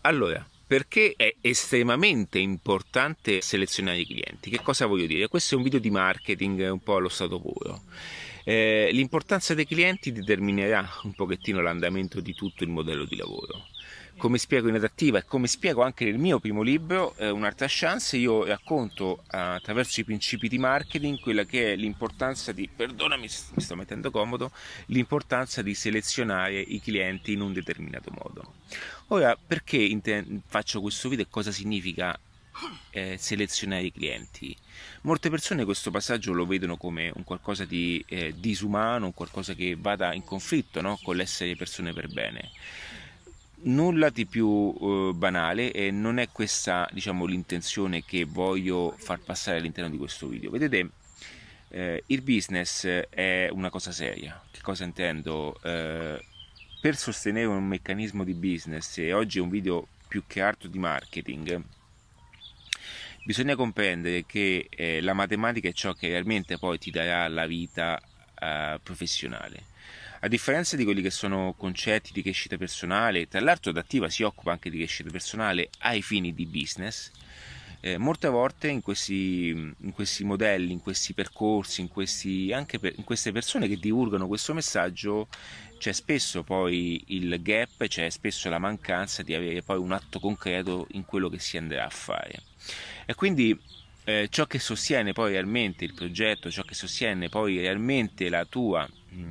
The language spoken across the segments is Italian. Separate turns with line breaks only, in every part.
Allora, perché è estremamente importante selezionare i clienti? Che cosa voglio dire? Questo è un video di marketing un po' allo stato puro. L'importanza dei clienti determinerà un pochettino l'andamento di tutto il modello di lavoro. Come spiego in Adattiva e come spiego anche nel mio primo libro, Un'altra chance, io racconto attraverso i principi di marketing quella che è l'importanza di, perdonami, mi sto mettendo comodo, l'importanza di selezionare i clienti in un determinato modo. Ora, perché faccio questo video e cosa significa selezionare i clienti? Molte persone questo passaggio lo vedono come un qualcosa di disumano, un qualcosa che vada in conflitto, no? Con l'essere persone per bene. Nulla di più banale, e non è questa, diciamo, l'intenzione che voglio far passare all'interno di questo video. Vedete, il business è una cosa seria. Che cosa intendo? Per sostenere un meccanismo di business, e oggi è un video più che altro di marketing, bisogna comprendere che la matematica è ciò che realmente poi ti darà la vita professionale. A differenza di quelli che sono concetti di crescita personale, tra l'altro Adattiva si occupa anche di crescita personale ai fini di business, molte volte in questi modelli, in questi percorsi, in queste persone che divulgano questo messaggio, c'è spesso poi il gap, c'è spesso la mancanza di avere poi un atto concreto in quello che si andrà a fare. E quindi ciò che sostiene poi realmente il progetto, ciò che sostiene poi realmente la tua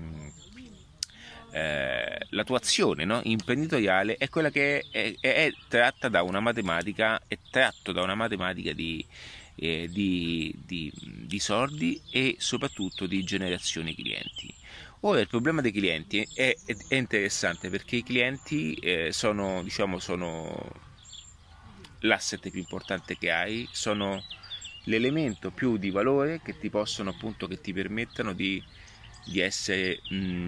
azione, no? Imprenditoriale, è quella che è tratta da una matematica, è tratto da una matematica di soldi e soprattutto di generazione clienti. Ora, il problema dei clienti è interessante, perché i clienti sono l'asset più importante che hai, sono l'elemento più di valore che ti possono, appunto, che ti permettano di essere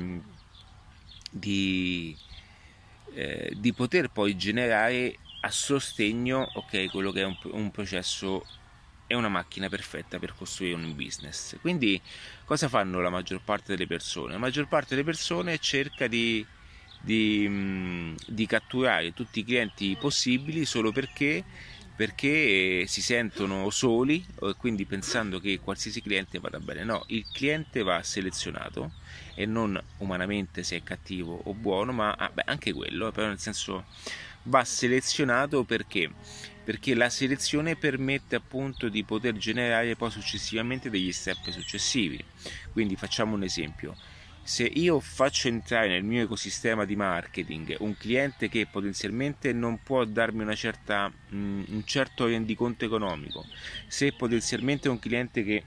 di poter poi generare a sostegno, ok, quello che è un processo, è una macchina perfetta per costruire un business. Quindi cosa fanno la maggior parte delle persone? La maggior parte delle persone cerca di catturare tutti i clienti possibili solo perché si sentono soli, e quindi pensando che qualsiasi cliente vada bene. No, il cliente va selezionato, e non umanamente se è cattivo o buono, ma anche quello, però nel senso va selezionato perché la selezione permette, appunto, di poter generare poi successivamente degli step successivi. Quindi facciamo un esempio: se io faccio entrare nel mio ecosistema di marketing un cliente che potenzialmente non può darmi un certo rendiconto economico, se potenzialmente è un cliente che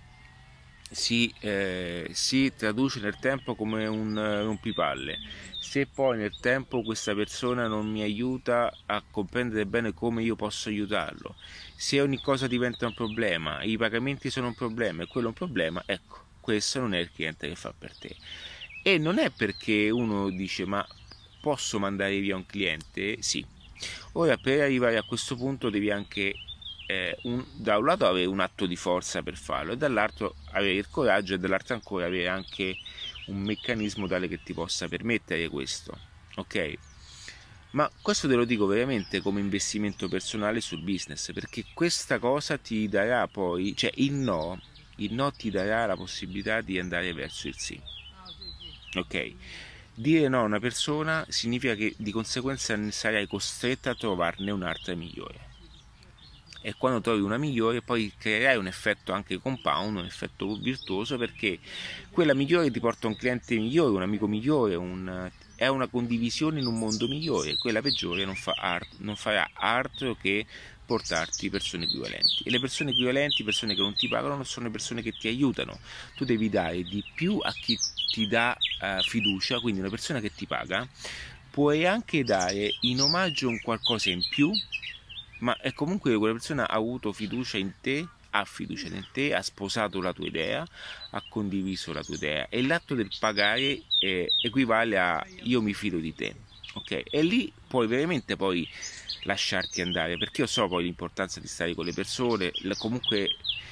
si traduce nel tempo come un rompipalle, se poi nel tempo questa persona non mi aiuta a comprendere bene come io posso aiutarlo, se ogni cosa diventa un problema, i pagamenti sono un problema e quello è un problema, ecco, questo non è il cliente che fa per te. E non è perché uno dice: ma posso mandare via un cliente? Sì. Ora, per arrivare a questo punto devi anche da un lato avere un atto di forza per farlo, e dall'altro avere il coraggio, e dall'altro ancora avere anche un meccanismo tale che ti possa permettere questo, ok? Ma questo te lo dico veramente come investimento personale sul business, perché questa cosa ti darà poi, cioè il no ti darà la possibilità di andare verso il sì, ok? Dire no a una persona significa che di conseguenza sarai costretta a trovarne un'altra migliore, e quando trovi una migliore poi creerai un effetto anche compound, un effetto virtuoso, perché quella migliore ti porta un cliente migliore, un amico migliore, è una condivisione in un mondo migliore. Quella peggiore non farà altro che portarti persone equivalenti, e le persone equivalenti, persone che non ti pagano, non sono persone che ti aiutano. Tu devi dare di più a chi ti dà fiducia, quindi una persona che ti paga puoi anche dare in omaggio un qualcosa in più, ma è comunque quella persona ha avuto fiducia in te, ha fiducia in te, ha sposato la tua idea, ha condiviso la tua idea, e l'atto del pagare equivale a io mi fido di te, ok? E lì puoi veramente poi lasciarti andare, perché io so poi l'importanza di stare con le persone, comunque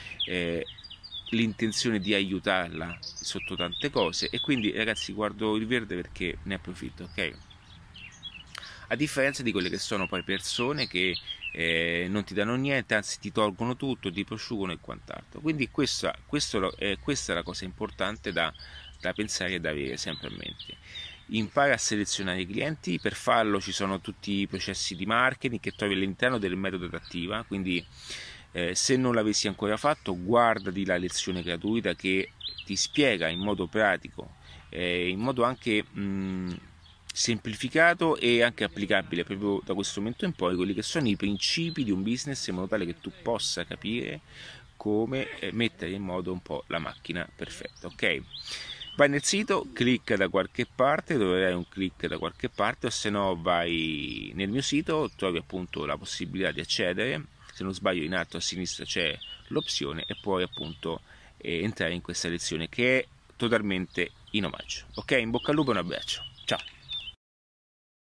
l'intenzione di aiutarla sotto tante cose, e quindi ragazzi guardo il verde perché ne approfitto, ok? a differenza di quelle che sono poi persone che non ti danno niente, anzi ti tolgono tutto, ti prosciugano e quant'altro. Quindi questa è la cosa importante da pensare e da avere sempre a mente. Impara a selezionare i clienti. Per farlo ci sono tutti i processi di marketing che trovi all'interno del metodo adattiva, quindi se non l'avessi ancora fatto, guardati la lezione gratuita che ti spiega in modo pratico, in modo anche semplificato e anche applicabile proprio da questo momento in poi, quelli che sono i principi di un business, in modo tale che tu possa capire come mettere in modo un po' la macchina perfetta. Ok? Vai nel sito, clicca da qualche parte, troverai un click da qualche parte, o se no vai nel mio sito, trovi appunto la possibilità di accedere. Se non sbaglio in alto a sinistra c'è l'opzione e puoi appunto entrare in questa lezione che è totalmente in omaggio. Ok, in bocca al lupo e un abbraccio, ciao.